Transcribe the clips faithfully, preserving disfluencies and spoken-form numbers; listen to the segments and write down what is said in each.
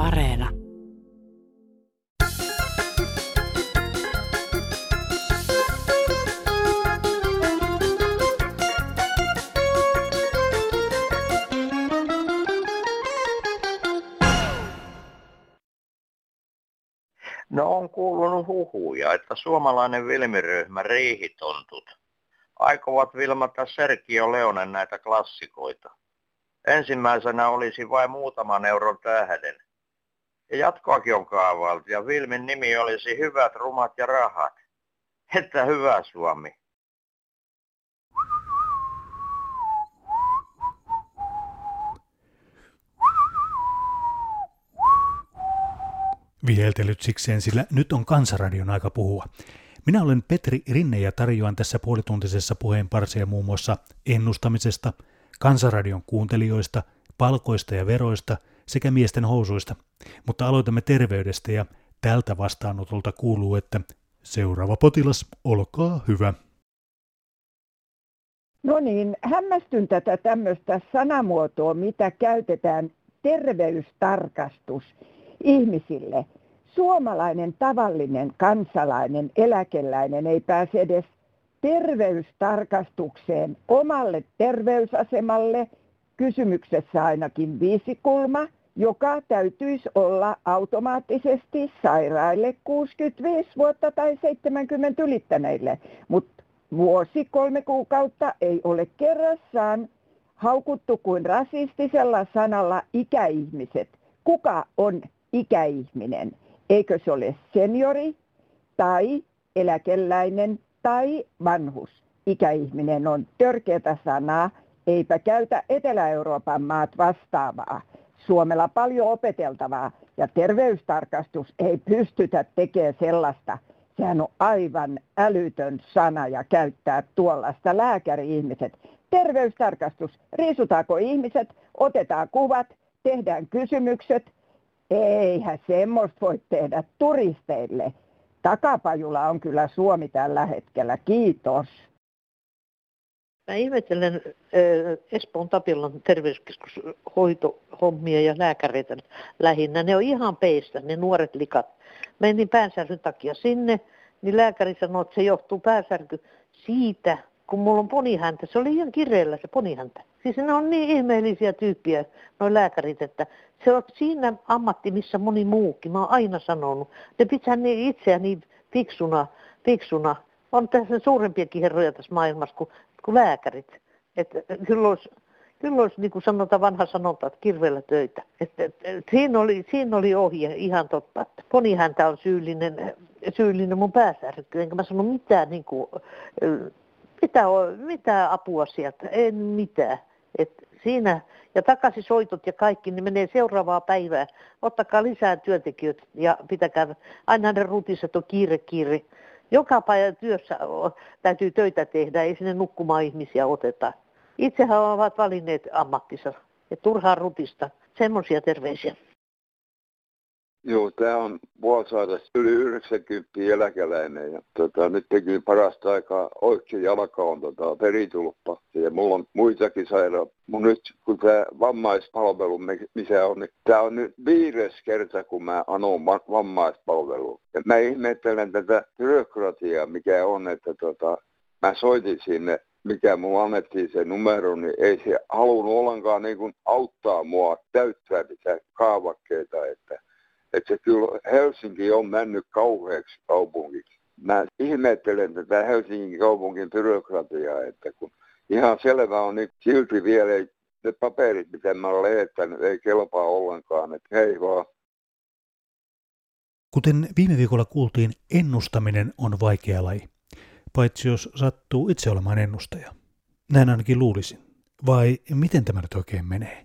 Areena. No on kuulunut huhuja, että suomalainen filmiryhmä Riihitontut aikovat filmata Sergio Leonen näitä klassikoita. Ensimmäisenä olisi vain muutaman euron tähden. Ja jatkoakin on kaavailtu ja filmin nimi olisi Hyvät, rumat ja rahat. Että hyvä Suomi. Viheltelyt sikseen, sillä nyt on Kansanradion aika puhua. Minä olen Petri Rinne ja tarjoan tässä puolituntisessa puheenparsia muun muassa ennustamisesta, Kansanradion kuuntelijoista, palkoista ja veroista sekä miesten housuista. Mutta aloitamme terveydestä ja tältä vastaanotolta kuuluu, että seuraava potilas, olkaa hyvä. No niin, hämmästyn tätä tämmöistä sanamuotoa, mitä käytetään terveystarkastus ihmisille. Suomalainen tavallinen kansalainen, eläkeläinen ei pääse edes terveystarkastukseen omalle terveysasemalle. Kysymyksessä ainakin viisikulma, joka täytyisi olla automaattisesti sairaille kuusikymmentäviisi vuotta tai seitsemänkymmentä ylittäneille. Mutta vuosi kolme kuukautta ei ole kerrassaan haukuttu kuin rasistisella sanalla ikäihmiset. Kuka on ikäihminen? Eikö se ole seniori tai eläkeläinen tai vanhus? Ikäihminen on törkeätä sanaa, eipä käytä Etelä-Euroopan maat vastaavaa. Suomella paljon opeteltavaa ja terveystarkastus ei pystytä tekemään sellaista. Sehän on aivan älytön sana ja käyttää tuollaista lääkäri-ihmiset. Terveystarkastus, riisutaanko ihmiset, otetaan kuvat, tehdään kysymykset. Eihän semmoista voi tehdä turisteille. Takapajula on kyllä Suomi tällä hetkellä. Kiitos. Mä ihmettelen äh, Espoon Tapilan terveyskeskushoitohommia ja lääkäreitä lähinnä. Ne on ihan peistä, ne nuoret likat. Menin päänsärkyn takia sinne, niin lääkäri sanoi, että se johtuu päänsärky siitä, kun mulla on ponihäntä. Se oli ihan kireellä se ponihäntä. Siis ne on niin ihmeellisiä tyyppiä, nuo lääkärit, että se on siinä ammatti, missä moni muukin. Mä oon aina sanonut. Ne pitää niin itseään niin fiksuna, fiksuna. On tässä suurempiakin herroja tässä maailmassa kuin, kuin lääkärit. Että kyllä olisi, kyllä olisi niin kuin sanotaan vanha sanonta, että kirveellä töitä. Että, että, että siinä, oli, siinä oli ohje ihan totta, että ponihäntä on syyllinen, syyllinen mun päänsärkyyn. Enkä mä sano mitään, niin kuin, mitä, mitä apua sieltä, en mitään. Että siinä ja takaisin soitot ja kaikki, niin menee seuraavaa päivää. Ottakaa lisää työntekijöitä ja pitäkää, aina ne rutiset on kiire, kiire. Joka päivä työssä täytyy töitä tehdä, ei sinne nukkumaan ihmisiä oteta. Itsehän ovat valinneet ammattinsa ja turhaan rutista. Semmoisia terveisiä. Joo, tämä on Vuosaaressa yli yhdeksänkymmentä eläkeläinen ja tota, nyt teki parasta aikaa oikein jalka on tota, peritulppa ja mulla on muitakin sairauksia. Mun nyt kun tämä vammaispalvelu, missä on, niin tämä on nyt viides kerta, kun mä anon vammaispalvelua. Ja mä ihmettelen tätä byrokratiaa, mikä on, että tota, mä soitin sinne, mikä mulla annettiin se numero, niin ei se halunnut ollenkaan niin kuin auttaa mua täyttää niitä kaavakkeita, että että kyllä Helsinki on mennyt kauheaksi kaupungiksi. Mä ihmettelen tätä Helsingin kaupungin byrokratiaa, että kun ihan selvä on, niin silti vielä ei, ne paperit, mitä mä olen lähettänyt, ei kelpaa ollenkaan, että hei vaan. Kuten viime viikolla kuultiin, ennustaminen on vaikea laji, paitsi jos sattuu itse olemaan ennustaja. Näin ainakin luulisin. Vai miten tämä nyt oikein menee?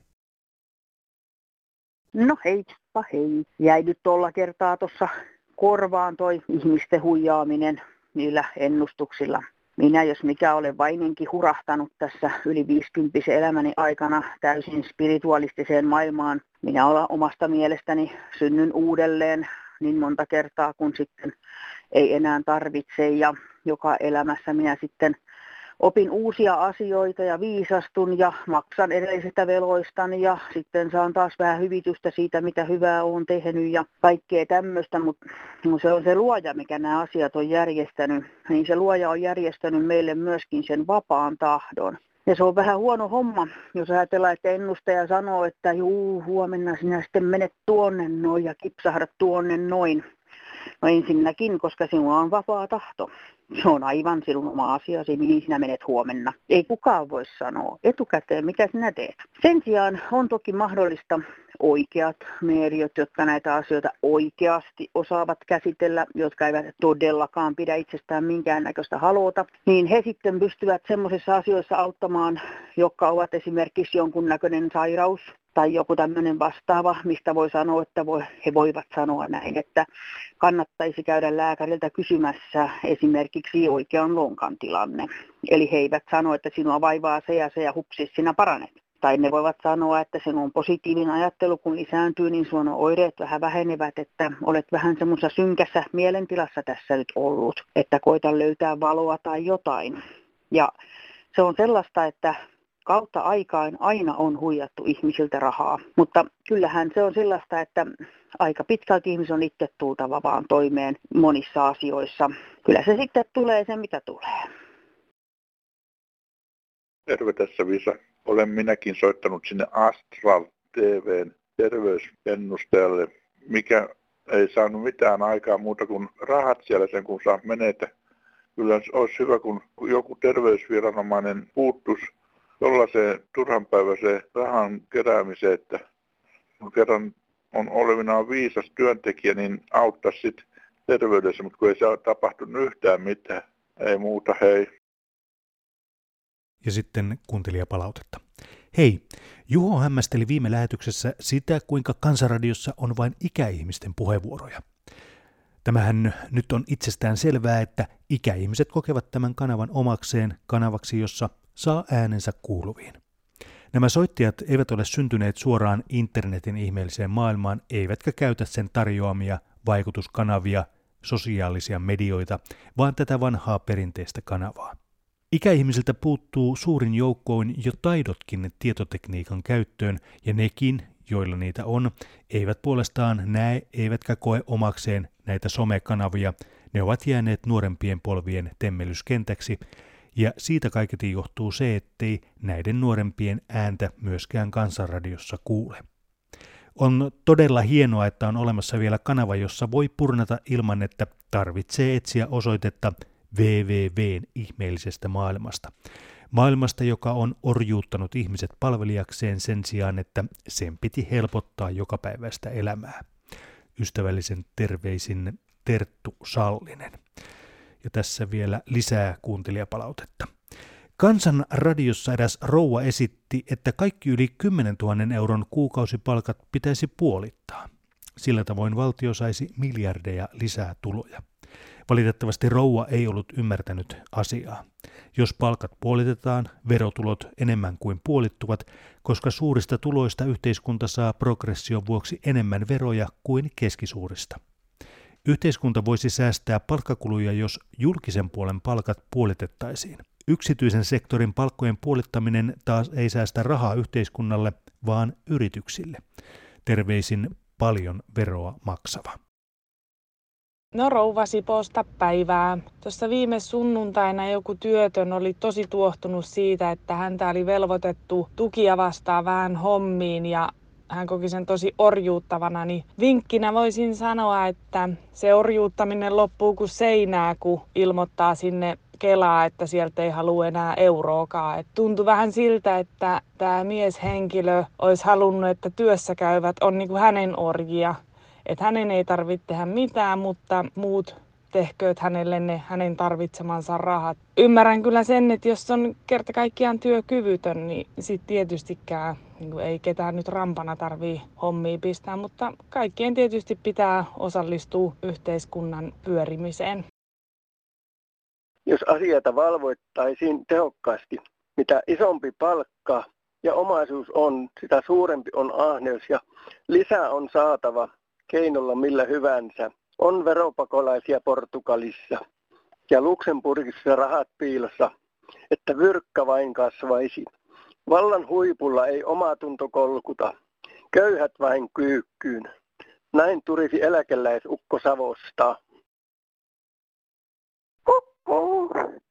No heippa hei. Jäi nyt tuolla kertaa tuossa korvaan toi ihmisten huijaaminen niillä ennustuksilla. Minä, jos mikä, olen vainenkin hurahtanut tässä yli viisikymppisen elämäni aikana täysin spiritualistiseen maailmaan. Minä olen omasta mielestäni synnyn uudelleen niin monta kertaa, kun sitten ei enää tarvitse. Ja joka elämässä minä sitten opin uusia asioita ja viisastun ja maksan edellisistä veloistani ja sitten saan taas vähän hyvitystä siitä, mitä hyvää olen tehnyt ja kaikkea tämmöistä, mutta no se on se luoja, mikä nämä asiat on järjestänyt, niin se luoja on järjestänyt meille myöskin sen vapaan tahdon. Ja se on vähän huono homma, jos ajatellaan, että ennustaja sanoo, että juu, huomenna sinä sitten menet tuonne noin ja kipsahdat tuonne noin. No ensinnäkin, koska sinulla on vapaa tahto. Se on aivan sinun oma asiasi, mihin sinä menet huomenna. Ei kukaan voi sanoa etukäteen, mitä sinä teet. Sen sijaan on toki mahdollista oikeat meeriöt, jotka näitä asioita oikeasti osaavat käsitellä, jotka eivät todellakaan pidä itsestään minkäännäköistä halota, niin he sitten pystyvät semmoisissa asioissa auttamaan, jotka ovat esimerkiksi jonkunnäköinen sairaus tai joku tämmöinen vastaava, mistä voi sanoa, että voi, he voivat sanoa näin, että kannattaisi käydä lääkäriltä kysymässä esimerkiksi oikean lonkan tilanne. Eli he eivät sano, että sinua vaivaa se ja se ja hupsis sinä paranet. Tai ne voivat sanoa, että sinun positiivinen ajattelu kun lisääntyy, niin sinun oireet vähän vähenevät, että olet vähän semmoisessa synkässä mielentilassa tässä nyt ollut, että koita löytää valoa tai jotain. Ja se on sellaista, että kautta aikaan aina on huijattu ihmisiltä rahaa, mutta kyllähän se on sellaista, että aika pitkälti ihmisen on itse tultava vaan toimeen monissa asioissa. Kyllä se sitten tulee se, mitä tulee. Terve, tässä Visa. Olen minäkin soittanut sinne Astral T V:n terveysennustajalle, mikä ei saanut mitään aikaa muuta kuin rahat siellä sen, kun saa menetä. Kyllä olisi hyvä, kun joku terveysviranomainen puuttuisi tuollaiseen turhanpäiväiseen rahan keräämiseen, että kun kerran on olevinaan viisas työntekijä, niin auttaisi sitten terveydessä, mutta kun ei se ole tapahtunut yhtään mitään. Ei muuta, hei. Ja sitten kuuntelijapalautetta. Hei, Juho hämmästeli viime lähetyksessä sitä, kuinka Kansanradiossa on vain ikäihmisten puheenvuoroja. Tämähän nyt on itsestään selvää, että ikäihmiset kokevat tämän kanavan omakseen kanavaksi, jossa saa äänensä kuuluviin. Nämä soittajat eivät ole syntyneet suoraan internetin ihmeelliseen maailmaan, eivätkä käytä sen tarjoamia vaikutuskanavia, sosiaalisia medioita, vaan tätä vanhaa perinteistä kanavaa. Ikäihmisiltä puuttuu suurin joukkoin jo taidotkin tietotekniikan käyttöön, ja nekin, joilla niitä on, eivät puolestaan näe eivätkä koe omakseen näitä somekanavia. Ne ovat jääneet nuorempien polvien temmellyskentäksi, ja siitä kaiketi johtuu se, ettei näiden nuorempien ääntä myöskään Kansanradiossa kuule. On todella hienoa, että on olemassa vielä kanava, jossa voi purnata ilman, että tarvitsee etsiä osoitetta double-u double-u double-un ihmeellisestä maailmasta. Maailmasta, joka on orjuuttanut ihmiset palvelijakseen sen sijaan, että sen piti helpottaa jokapäiväistä elämää. Ystävällisen terveisin Terttu Sallinen. Ja tässä vielä lisää kuuntelijapalautetta. Kansanradiossa eräs rouva esitti, että kaikki yli kymmenentuhatta euron kuukausipalkat pitäisi puolittaa. Sillä tavoin valtio saisi miljardeja lisää tuloja. Valitettavasti rouva ei ollut ymmärtänyt asiaa. Jos palkat puolitetaan, verotulot enemmän kuin puolittuvat, koska suurista tuloista yhteiskunta saa progression vuoksi enemmän veroja kuin keskisuurista. Yhteiskunta voisi säästää palkkakuluja, jos julkisen puolen palkat puolitettaisiin. Yksityisen sektorin palkkojen puolittaminen taas ei säästä rahaa yhteiskunnalle, vaan yrityksille. Terveisin paljon veroa maksava. No rouva Sipoosta päivää. Tuossa viime sunnuntaina joku työtön oli tosi tuohtunut siitä, että häntä oli velvoitettu tukia vastaan vähän hommiin ja hän koki sen tosi orjuuttavana, niin vinkkinä voisin sanoa, että se orjuuttaminen loppuu kuin seinää, kun ilmoittaa sinne Kelaa, että sieltä ei halua enää euroakaan. Et tuntui vähän siltä, että tämä mieshenkilö olisi halunnut, että työssä käyvät on niin kuin hänen orjia. Että hänen ei tarvitse tehdä mitään, mutta muut tehkööt hänelle ne hänen tarvitsemansa rahat. Ymmärrän kyllä sen, että jos on kerta kaikkiaan työkyvytön, niin sitten tietystikään niin ei ketään nyt rampana tarvii hommia pistää, mutta kaikkien tietysti pitää osallistua yhteiskunnan pyörimiseen. Jos asioita valvoittaisiin tehokkaasti, mitä isompi palkka ja omaisuus on, sitä suurempi on ahneus ja lisää on saatava keinolla millä hyvänsä. On veropakolaisia Portugalissa ja Luxemburgissa rahat piilossa että vyrkkä vain kasvaisi. Vallan huipulla ei omatunto kolkuta, köyhät vain kyykkyyn. Näin turisi eläkeläisukko Savosta. Kukkuu.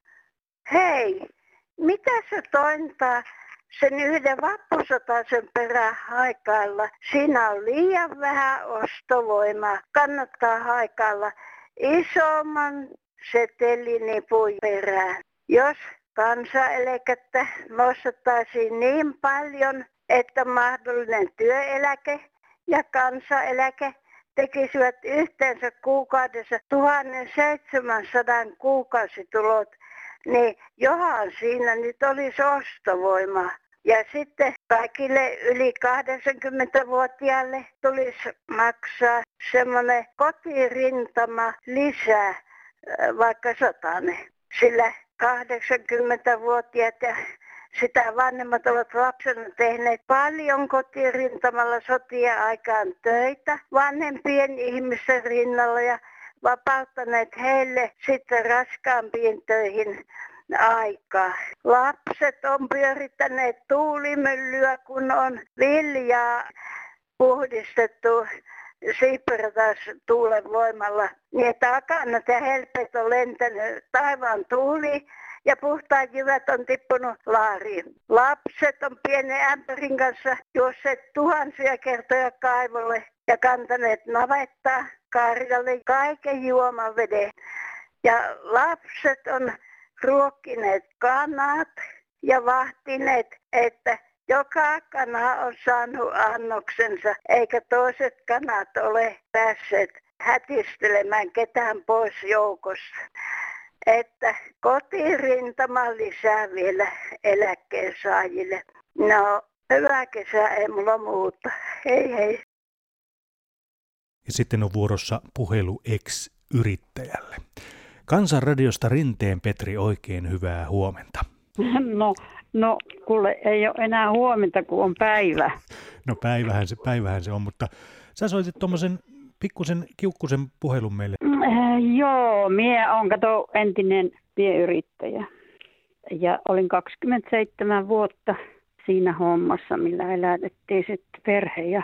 Hei, mitä se tointaa sen yhden vappusotaisen perään haikailla? Siinä on liian vähän ostovoimaa. Kannattaa haikailla isomman setelinipun perään. Jos kansaneläkettä nostettaisiin niin paljon, että mahdollinen työeläke ja kansaneläke tekisivät yhteensä kuukaudessa tuhatseitsemänsataa kuukausitulot, niin johan siinä nyt olisi ostovoima. Ja sitten kaikille yli kahdeksankymmentävuotiaille tulisi maksaa semmoinen kotirintama lisää, vaikka satanen. Sillä kahdeksankymmentävuotiaat ja sitä vanhemmat ovat lapsena tehneet paljon kotirintamalla sotien aikaan töitä vanhempien ihmisten rinnalla ja vapauttaneet heille sitten raskaampiin töihin aikaa. Lapset on pyörittäneet tuulimyllyä, kun on viljaa puhdistettu Siipperatas tuulen voimalla, niin että akanat ja helpet on lentänyt taivaan tuuliin ja puhtaat jyvät on tippunut laariin. Lapset on pienen ämpärin kanssa juosseet tuhansia kertoja kaivolle ja kantaneet navettaa karjalle kaiken juomaveden. Ja lapset on ruokkineet kanat ja vahtineet, että joka kana on saanut annoksensa, eikä toiset kanat ole päässeet hätistelemään ketään pois joukosta. Että kotirintama lisää vielä eläkkeensaajille. No, hyvää kesää, ei mulla muuta. Hei hei. Ja sitten on vuorossa puhelu ex-yrittäjälle. Kansanradiosta Rinteen Petri, oikein hyvää huomenta. No, no kuule, ei ole enää huomenta, kun on päivä. No päivähän se, päivähän se on, mutta sä soitit tuommoisen pikkusen kiukkusen puhelun meille. Äh, joo, mie on kato entinen pienyrittäjä. Ja olin kaksikymmentäseitsemän vuotta siinä hommassa, millä elätettiin sitten perhe ja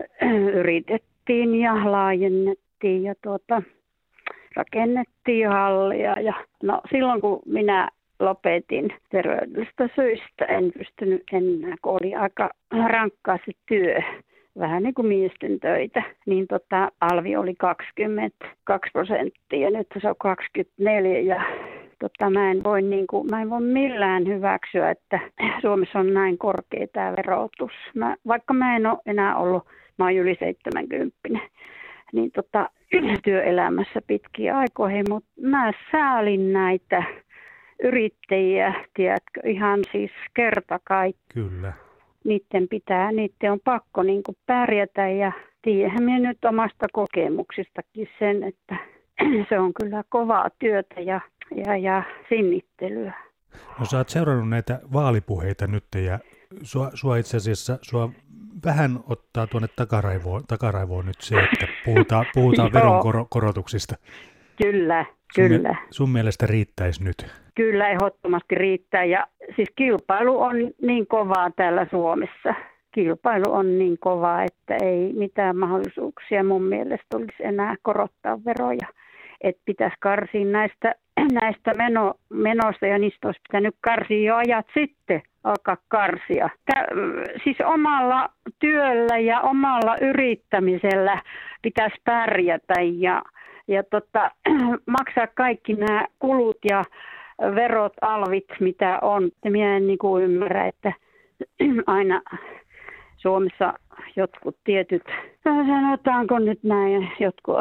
yritettiin ja laajennettiin ja tuota, rakennettiin hallia. Ja no silloin kun minä lopetin terveydellisistä syistä, en pystynyt enää, kun oli aika rankkaa se työ. Vähän niin kuin miesten töitä, niin tota, alvi oli kaksikymmentäkaksi prosenttia ja nyt se on kaksikymmentäneljä ja tota, mä, en voi, niin kuin, mä en voi millään hyväksyä, että Suomessa on näin korkea tämä verotus. Mä, vaikka mä en ole enää ollut, mä oon yli seitsemänkymmentä, niin tota, työelämässä pitkiä aikoihin, mutta mä säälin näitä yrittäjiä, tiedätkö, ihan siis kerta kaikki. Kyllä. Niiden pitää, niiden on pakko niin kuin pärjätä ja tiedänhän minä nyt omasta kokemuksistakin sen, että se on kyllä kovaa työtä ja, ja, ja sinnittelyä. No sä oot seurannut näitä vaalipuheita nyt ja sua, sua itse asiassa sua vähän ottaa tuonne takaraivoon, takaraivoon nyt se, että puhutaan, puhutaan veronkorotuksista. Kyllä, sun kyllä. Me, sun mielestä riittäisi nyt? Kyllä, ehdottomasti riittää. Ja siis kilpailu on niin kovaa täällä Suomessa. Kilpailu on niin kovaa, että ei mitään mahdollisuuksia mun mielestä olisi enää korottaa veroja. Että pitäisi karsia näistä, näistä meno, menoista ja niistä olisi pitänyt karsia jo ajat sitten alkaa karsia. Tää, siis omalla työllä ja omalla yrittämisellä pitäisi pärjätä ja Ja tota, maksaa kaikki nämä kulut ja verot, alvit, mitä on. Ja minä en niin kuin ymmärrä, että aina Suomessa jotkut tietyt, sanotaanko nyt näin, jotkut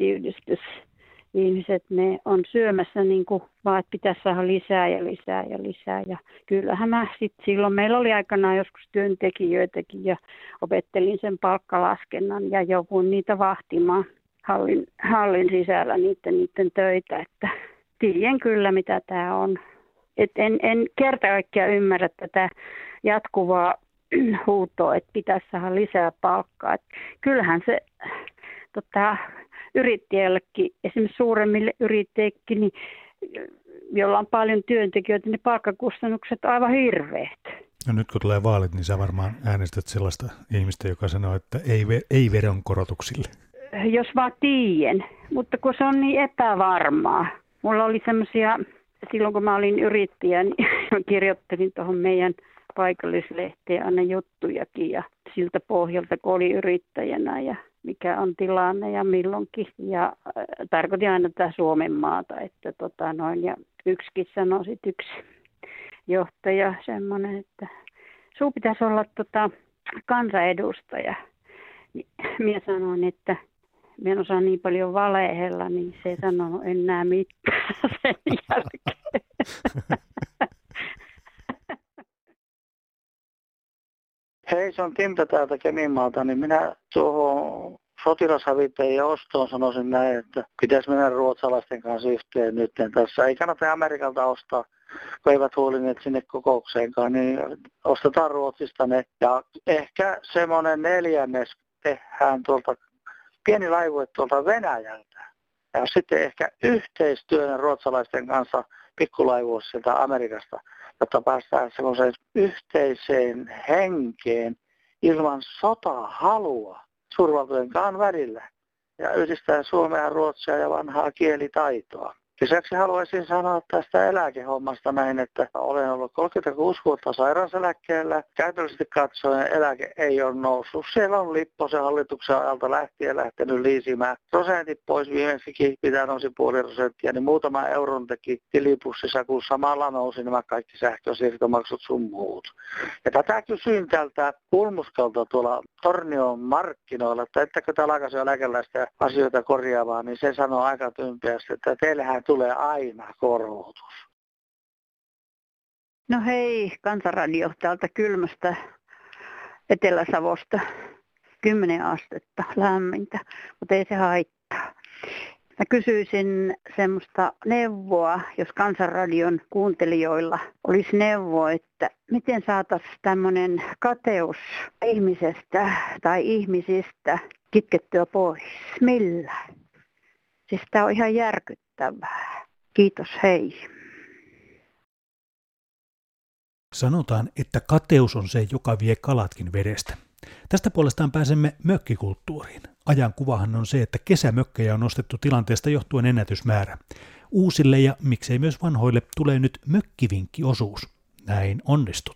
ammattiyhdistysihmiset, ne on syömässä niin kuin vaan, että pitäisi saada lisää ja lisää ja lisää. Ja kyllähän mä sitten silloin, meillä oli aikanaan joskus työntekijöitäkin ja opettelin sen palkkalaskennan ja jouduin niitä vahtimaan. Hallin, hallin sisällä niiden, niiden töitä, että tiedän kyllä mitä tämä on. Et en, en kerta kaikkiaan ymmärrä tätä jatkuvaa huutoa, että pitäisi saada lisää palkkaa. Et kyllähän se tota, yrittäjällekin, esimerkiksi suuremmille yrittäjillekin, niin jolla on paljon työntekijöitä, niin palkkakustannukset on aivan hirveät. No nyt kun tulee vaalit, niin sä varmaan äänestät sellaista ihmistä, joka sanoo, että ei, ei veronkorotuksille. Jos vaan tiedän, mutta kun se on niin epävarmaa. Mulla oli semmoisia, silloin kun mä olin yrittäjä, niin kirjoittelin tuohon meidän paikallislehteen aina juttujakin ja siltä pohjalta, kun oli yrittäjänä ja mikä on tilanne ja milloinkin. Ja äh, tarkoitin aina tätä Suomen maata, että tota noin, ja yksikin sanoi sit yksi johtaja semmoinen, että sinun pitäisi olla tota kansanedustaja. Niin minä sanoin, että minä en osaa niin paljon valehella, niin se ei sanonut enää mitään sen jälkeen. Hei, se on Timta täältä Keminmaalta, niin minä tuohon sotilashävittäjien ostoon sanoisin näin, että pitäisi mennä ruotsalaisten kanssa yhteen nyt. Tässä ei kannata Amerikalta ostaa, kun eivät huolineet sinne kokoukseenkaan, niin ostetaan Ruotsista ne. Ja ehkä semmoinen neljännes tehdään tuolta, pieni laivue tuolta Venäjältä. Ja sitten ehkä yhteistyönä ruotsalaisten kanssa pikkulaivuus sieltä Amerikasta, jotta päästään semmoiseen yhteiseen henkeen ilman sotahalua suurvaltojenkaan välillä ja yhdistää suomea, ruotsia ja vanhaa kielitaitoa. Lisäksi haluaisin sanoa tästä eläkehommasta näin, että olen ollut kolmekymmentäkuusi vuotta sairauseläkkeellä. Käytännöllisesti katsoen eläke ei ole noussut. Siellä on Lipposen hallituksen ajalta lähtien lähtenyt liisimään. Prosentit pois viimeisikin, pitää nousi puoli prosenttia, niin muutama euron teki tilipussissa, kun samalla nousi nämä kaikki sähkösiirtomaksut sun muut. Ja tätä kysyin tältä Kulmuskalta tuolla Tornion markkinoilla, että ettekö täällä alkaisi eläkeläistä asioita korjaavaa, niin se sanoo aika tympiästi, että teillähän tulee aina korotus. No hei, Kansanradio täältä kylmästä Etelä-Savosta. kymmenen astetta lämmintä, mutta ei se haittaa. Mä kysyisin semmoista neuvoa, jos Kansanradion kuuntelijoilla olisi neuvo, että miten saataisiin tämmöinen kateus ihmisestä tai ihmisistä kitkettyä pois. Millä? Siis tää on ihan järkyttävää. Kiitos, hei. Sanotaan, että kateus on se, joka vie kalatkin vedestä. Tästä puolestaan pääsemme mökkikulttuuriin. Ajankuvahan on se, että kesämökkejä on nostettu tilanteesta johtuen ennätysmäärä. Uusille ja miksei myös vanhoille tulee nyt mökkivinkkiosuus. Näin onnistut.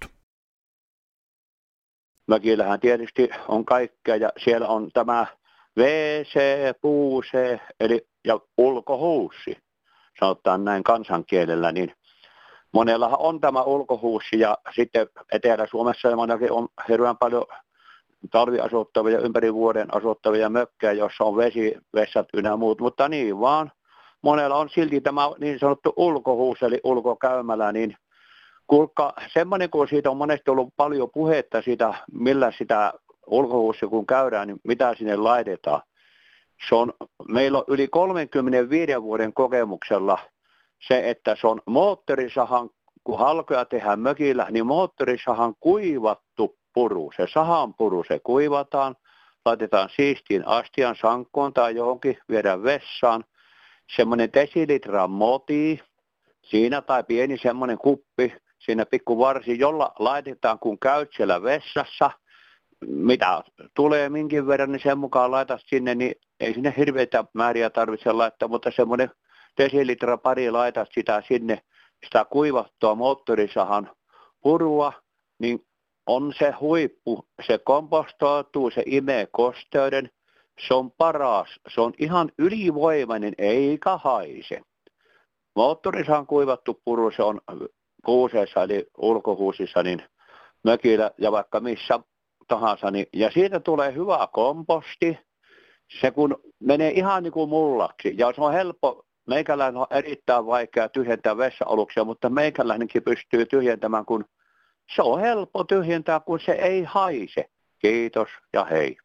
Mökillähän tietysti on kaikkea ja siellä on tämä V C, puuse eli ja ulkohuussi, sanotaan näin kansankielellä, niin monellahan on tämä ulkohuussi ja sitten Etelä-Suomessa ja monellakin on hirveän paljon talviasuttavia, ympäri vuoden asuttavia mökkejä, joissa on vesivessat ynnä muut, mutta niin vaan monella on silti tämä niin sanottu ulkohuussi eli ulkokäymälä, niin kuulkaa, semmoinen kun siitä on monesti ollut paljon puhetta siitä, millä sitä ulkohuussia kun käydään, niin mitä sinne laitetaan. Se on, meillä on yli kolmenkymmenenviiden vuoden kokemuksella se, että se on moottorisahan, kun halkoja tehdään mökillä, niin moottorisahan kuivattu puru. Se sahan puru, se kuivataan, laitetaan siistiin astian sankkoon tai johonkin, viedään vessaan. Semmoinen desilitran moti, siinä tai pieni semmoinen kuppi, siinä pikku varsi, jolla laitetaan, kun käyt siellä vessassa, mitä tulee minkin verran, niin sen mukaan laitat sinne, niin ei sinne hirveitä määriä tarvitse laittaa, mutta semmoinen desilitra pari laitat sitä sinne, sitä kuivattua moottorisahan purua, niin on se huippu, se kompostoituu, se imee kosteuden, se on paras, se on ihan ylivoimainen eikä haise. Moottorisahan kuivattu puru, se on kuuseessa eli ulkohuusissa, niin mökillä ja vaikka missä tahansa, niin, ja siitä tulee hyvä komposti, se kun menee ihan niin kuin mullaksi, ja se on helppo, meikäläinen on erittäin vaikea tyhjentää vessaoluksia, mutta meikäläinenkin pystyy tyhjentämään, kun se on helppo tyhjentää, kun se ei haise. Kiitos ja hei.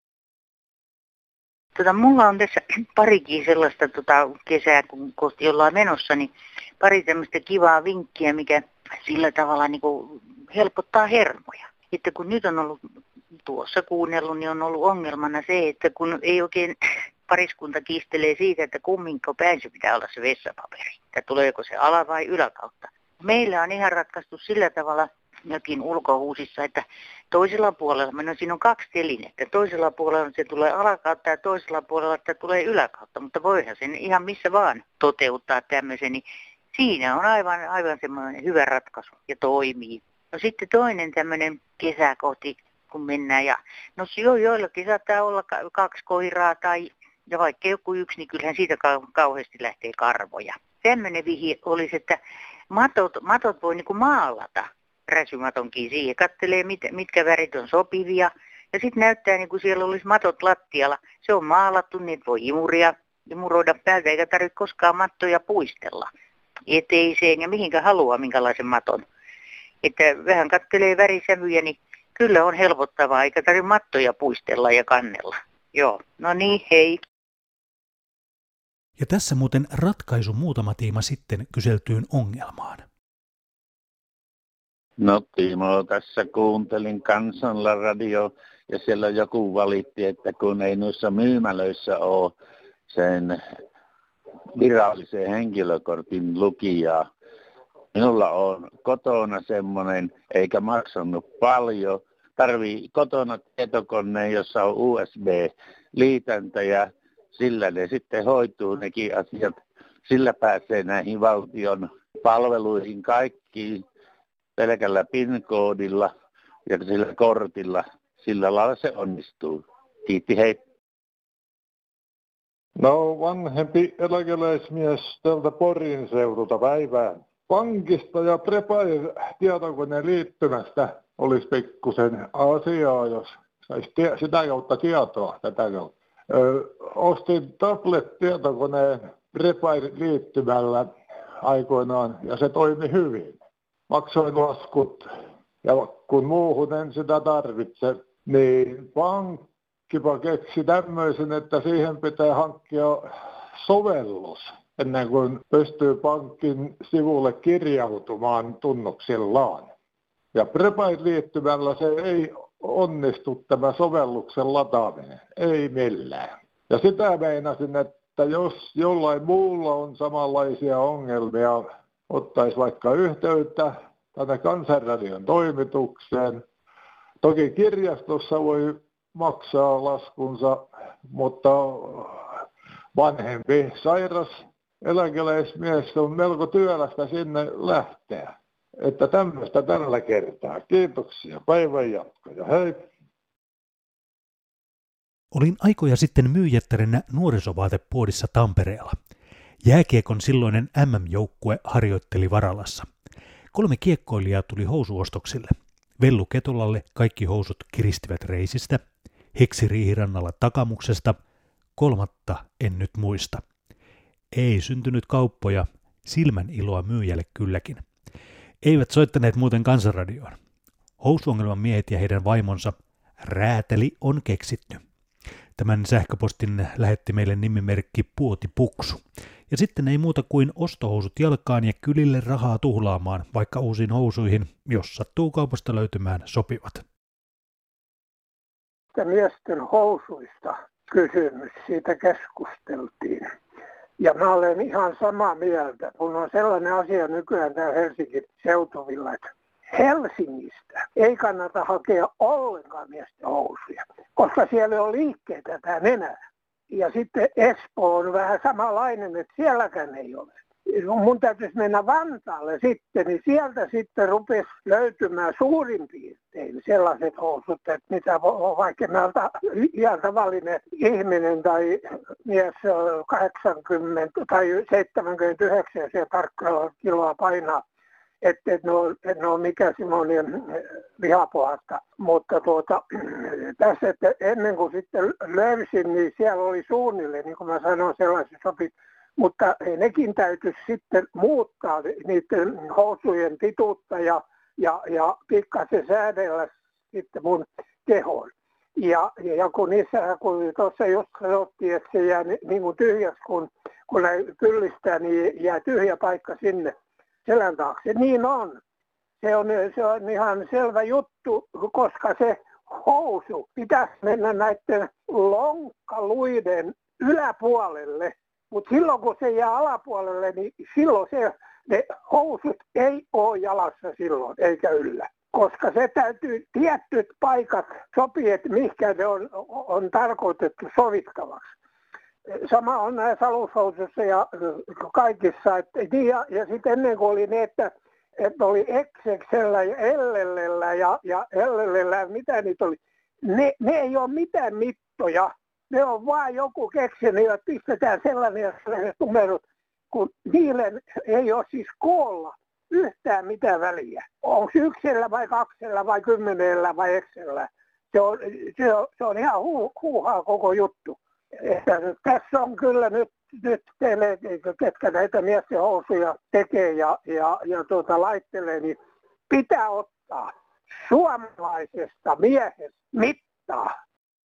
Tota, mulla on tässä parikin sellaista tota, kesää, kun kohti ollaan menossa, niin pari semmoista kivaa vinkkiä, mikä sillä tavalla niin kuin helpottaa hermoja. Että kun nyt on ollut tuossa kuunnellut, niin on ollut ongelmana se, että kun ei oikein pariskunta kiistelee siitä, että kumminko päin se pitää olla se vessapaperi. Että tuleeko se ala- vai yläkautta. Meillä on ihan ratkaistu sillä tavalla jokin ulkohuusissa, että toisella puolella, no siinä on kaksi telinettä, toisella puolella se tulee alakautta ja toisella puolella että tulee yläkautta, mutta voihan sen ihan missä vaan toteuttaa tämmöisen, niin siinä on aivan, aivan semmoinen hyvä ratkaisu ja toimii. No sitten toinen tämmöinen kesäkoti, kun mennään ja no jo joillakin saattaa olla kaksi koiraa tai ja vaikka joku yksi, niin kyllähän siitä kauheasti lähtee karvoja. Tämmöinen vihje olisi, että matot, matot voi niinku maalata räsymatonkin siihen. Kattelee, mit, mitkä värit on sopivia. Ja sitten näyttää, niin kuin siellä olisi matot lattialla. Se on maalattu, niin voi imuria, imuroida päältä, eikä tarvitse koskaan mattoja puistella eteiseen ja mihinkä haluaa, minkälaisen maton. Että vähän kattelee värisävyjä, niin kyllä on helpottavaa, eikä tarvitse mattoja puistella ja kannella. Joo, no niin, hei. Ja tässä muuten ratkaisu muutama tiima sitten kyseltyyn ongelmaan. No Timo, tässä kuuntelin Kansalla radio ja siellä joku valitti, että kun ei noissa myymälöissä ole sen virallisen henkilökortin lukijaa. Minulla on kotona semmoinen, eikä maksanut paljon. Tarvii kotona tietokoneen, jossa on U S B-liitäntä ja sillä ne sitten hoituu nekin asiat. Sillä pääsee näihin valtion palveluihin kaikkiin pelkällä PIN-koodilla ja sillä kortilla. Sillä lailla se onnistuu. Kiitti, hei. No vanhempi eläkeläismies tältä Porin seudulta päivää. Pankista ja Prepare-tietokoneen liittymästä olisi pikkusen asiaa, jos saisi tie- sitä kautta tietoa tätä kautta. Ö, ostin tablet-tietokoneen Prepare-liittymällä aikoinaan ja se toimi hyvin. Maksoin laskut ja kun muuhun en sitä tarvitse, niin pankkipa keksi tämmöisen, että siihen pitää hankkia sovellus ennen kuin pystyy pankin sivulle kirjautumaan tunnuksillaan. Ja Prepare-liittymällä se ei onnistu tämä sovelluksen lataaminen, ei millään. Ja sitä meinasin, että jos jollain muulla on samanlaisia ongelmia, ottaisi vaikka yhteyttä tänne Kansanradion toimitukseen. Toki kirjastossa voi maksaa laskunsa, mutta vanhempi sairas eläkeläismies on melko työlästä sinne lähteä. Että tämmöistä tällä kertaa. Kiitoksia. Päivän jatkoja. Hei. Olin aikoja sitten myyjättärenä nuorisovaatepuodissa Tampereella. Jääkiekon silloinen M M-joukkue harjoitteli Varalassa. Kolme kiekkoilijaa tuli housuostoksille. Vellu Ketolalle kaikki housut kiristivät reisistä, Heksi Riihirannalla takamuksesta, kolmatta en nyt muista. Ei syntynyt kauppoja, silmän iloa myyjälle kylläkin. Eivät soittaneet muuten Kansanradioon. Housuongelman miehet ja heidän vaimonsa räätäli on keksitty. Tämän sähköpostin lähetti meille nimimerkki Puotipuksu. Ja sitten ei muuta kuin ostohousut jalkaan ja kylille rahaa tuhlaamaan, vaikka uusiin housuihin, jos sattuu kaupasta löytymään sopivat. Miesten housuista kysymys, siitä keskusteltiin. Ja mä olen ihan samaa mieltä, kun on sellainen asia nykyään täällä Helsingin seutuvilla, että Helsingistä ei kannata hakea ollenkaan miesten housuja, koska siellä on liikkeitä tää enää. Ja sitten Espoo on vähän samanlainen, että sielläkään ei ole. Mun täytyisi mennä Vantaalle sitten, niin sieltä sitten rupesi löytymään suurin piirtein sellaiset housut, että mitä vaikka meiltä ihan tavallinen ihminen tai mies kahdeksankymmentä tai seitsemänkymmentäyhdeksän se tarkkaa kiloa painaa, että et ne ole, et ne ole mikään semmoinen lihapohasta. Mutta tuota, tässä, että ennen kuin sitten löysin, niin siellä oli suunnilleen, niin kuin mä sanoin, sellaiset sopit. Mutta nekin täytyisi sitten muuttaa niiden housujen pituutta ja, ja, ja pikkasen säädellä sitten mun kehoon. Ja, ja kun niissä, kun tuossa just sanottiin, että se jää niin kuin tyhjäksi, kun, kun ne kyllistää, niin jää tyhjä paikka sinne selän taakse. Niin on. Se on, se on ihan selvä juttu, koska se housu pitäisi mennä näiden lonkkaluiden yläpuolelle, mutta silloin kun se jää alapuolelle, niin silloin se, ne housut ei ole jalassa silloin, eikä yllä. Koska se täytyy tietyt paikat sopii, että mihinkä ne on, on tarkoitettu sovittavaksi. Sama on näissä alushousuissa ja kaikissa. Että, ja ja sitten ennen kuin oli ne, että, että oli Xxllä ja Llllä ja, ja Llllä, mitä niitä oli, ne, ne ei ole mitään mittoja. Ne on vaan joku keksinyt ja pistetään sellainen ja sellaiset numerot, kun niille ei ole siis koolla yhtään mitään väliä. Onko yksellä vai kaksella vai kymmenellä vai eksellä? Se on, se on, se on ihan huu, huuhaa koko juttu. Että tässä on kyllä nyt, nyt teille, ketkä näitä miesten housuja tekee ja, ja, ja tuota, laittelee, niin pitää ottaa suomalaisesta miehestä mittaa.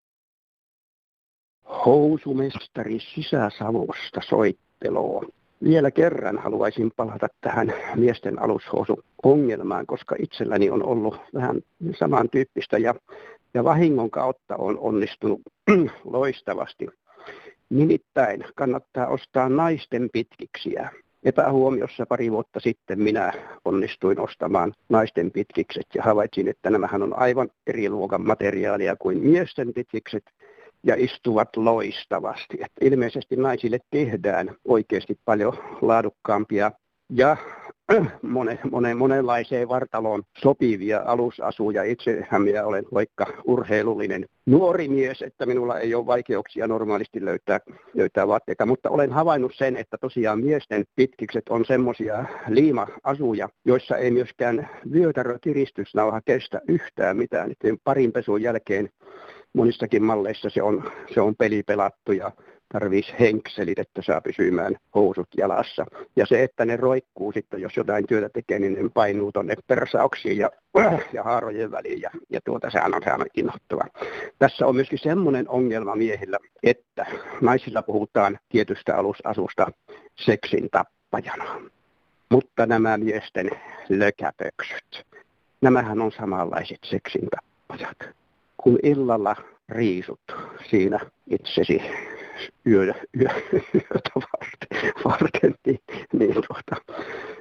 Housumestari Sisä-Savosta soitteloo. Vielä kerran haluaisin palata tähän miesten alushousu-ongelmaan, koska itselläni on ollut vähän samantyyppistä ja, ja vahingon kautta on onnistunut loistavasti. Nimittäin kannattaa ostaa naisten pitkiksiä. Epähuomiossa pari vuotta sitten minä onnistuin ostamaan naisten pitkikset ja havaitsin, että nämähän on aivan eri luokan materiaalia kuin miesten pitkikset. Ja istuvat loistavasti. Et ilmeisesti naisille tehdään oikeasti paljon laadukkaampia ja monen, monen, monenlaiseen vartaloon sopivia alusasuja. Itsehän minä olen vaikka urheilullinen nuori mies, että minulla ei ole vaikeuksia normaalisti löytää, löytää vaatteita, mutta olen havainnut sen, että tosiaan miesten pitkikset on semmoisia liima-asuja, joissa ei myöskään vyötärökiristysnauha kestä yhtään mitään. Et parin pesun jälkeen monissakin malleissa se on, se on peli pelattu ja tarvitsisi henkselit, että saa pysymään housut jalassa. Ja se, että ne roikkuu sitten, jos jotain työtä tekee, niin ne painuu tuonne persauksiin ja, ja haarojen väliin. Ja, ja tuota, sehän on, sehän on innoittava. Tässä on myöskin semmoinen ongelma miehillä, että naisilla puhutaan tietystä alusasusta seksin tappajana. Mutta nämä miesten lökäpöksyt, nämähän on samanlaiset seksin tappajat. Kun illalla riisut siinä itsesi yö, yö, yötä varten, varten niin, niin tuota,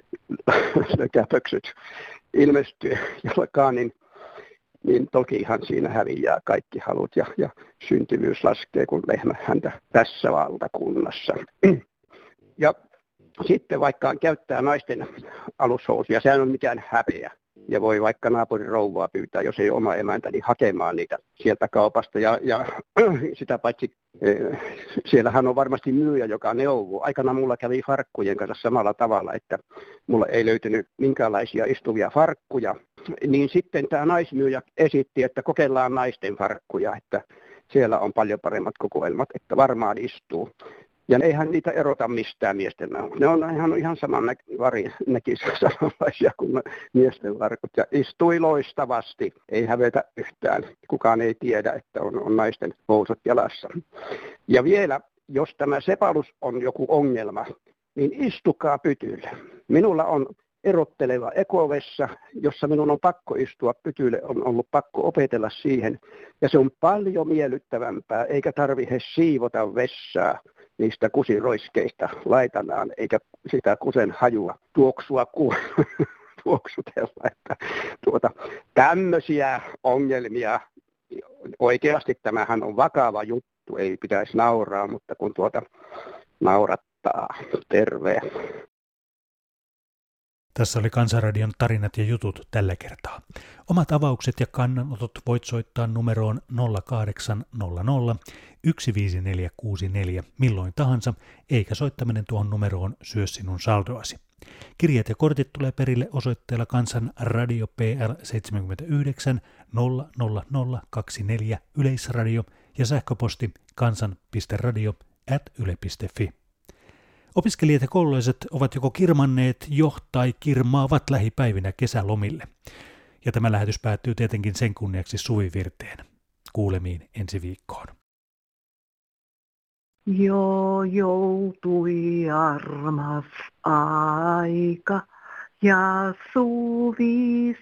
lökäpöksyt ilmestyy jalkaan, niin, niin tokihan siinä häviää kaikki halut ja, ja syntyvyys laskee, kun lehmä häntä tässä valtakunnassa. Ja sitten vaikka käyttää naisten alushousuja, sehän on mikään häpeä. Ja voi vaikka naapurin rouvaa pyytää, jos ei ole oma emäntä, niin hakemaan niitä sieltä kaupasta. Ja, ja sitä paitsi siellähän on varmasti myyjä, joka neuvoo. Aikanaan mulla kävi farkkujen kanssa samalla tavalla, että mulla ei löytynyt minkäänlaisia istuvia farkkuja. Niin sitten tämä naismyyjä esitti, että kokeillaan naisten farkkuja, että siellä on paljon paremmat kokoelmat, että varmaan istuu. Ja eihän niitä erota mistään miesten. Ne on ihan, ihan saman näkisiä samanlaisia kuin miesten varkut. Ja istui loistavasti. Ei hävetä yhtään. Kukaan ei tiedä, että on, on naisten housut jalassa. Ja vielä, jos tämä sepalus on joku ongelma, niin istukaa pytylle. Minulla on erotteleva ekovessa, jossa minun on pakko istua pytylle, on ollut pakko opetella siihen. Ja se on paljon miellyttävämpää, eikä tarvitse siivota vessaa niistä kusiroiskeista laitanaan, eikä sitä kusen hajua tuoksua ku, tuoksutella. Että tuota, tämmöisiä ongelmia, oikeasti tämähän on vakava juttu, ei pitäisi nauraa, mutta kun tuota naurattaa, terve. Tässä oli Kansanradion tarinat ja jutut tällä kertaa. Omat avaukset ja kannanotot voit soittaa numeroon nolla kahdeksan nolla nolla yksi viisi neljä kuusi neljä milloin tahansa, eikä soittaminen tuohon numeroon syö sinun saldoasi. Kirjat ja kortit tulee perille osoitteella Kansanradio P L seitsemänkymmentäyhdeksän nolla nolla nolla kaksikymmentäneljä Yleisradio ja sähköposti kansan piste radio ät yle piste fi. Opiskelijat ja koululaiset ovat joko kirmanneet jo tai kirmaavat lähipäivinä kesälomille. Ja tämä lähetys päättyy tietenkin sen kunniaksi suvivirteen. Kuulemiin ensi viikkoon. Jo joutui armas aika ja suvi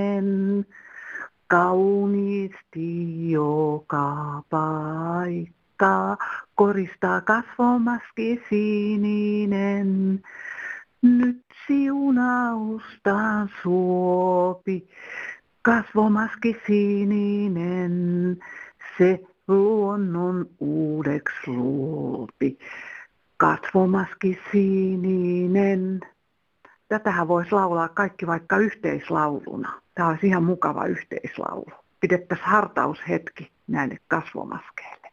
suloinen, kauniisti joka paikka. paikkaa, koristaa kasvomaski sininen. Nyt siunaustaan suopi, kasvomaski sininen, se luonnon uudeksi luopi. Kasvomaski sininen. Tätähän voisi laulaa kaikki vaikka yhteislauluna. Tämä olisi ihan mukava yhteislaulu. Pidettäisiin hartaushetki näille kasvomaskeille.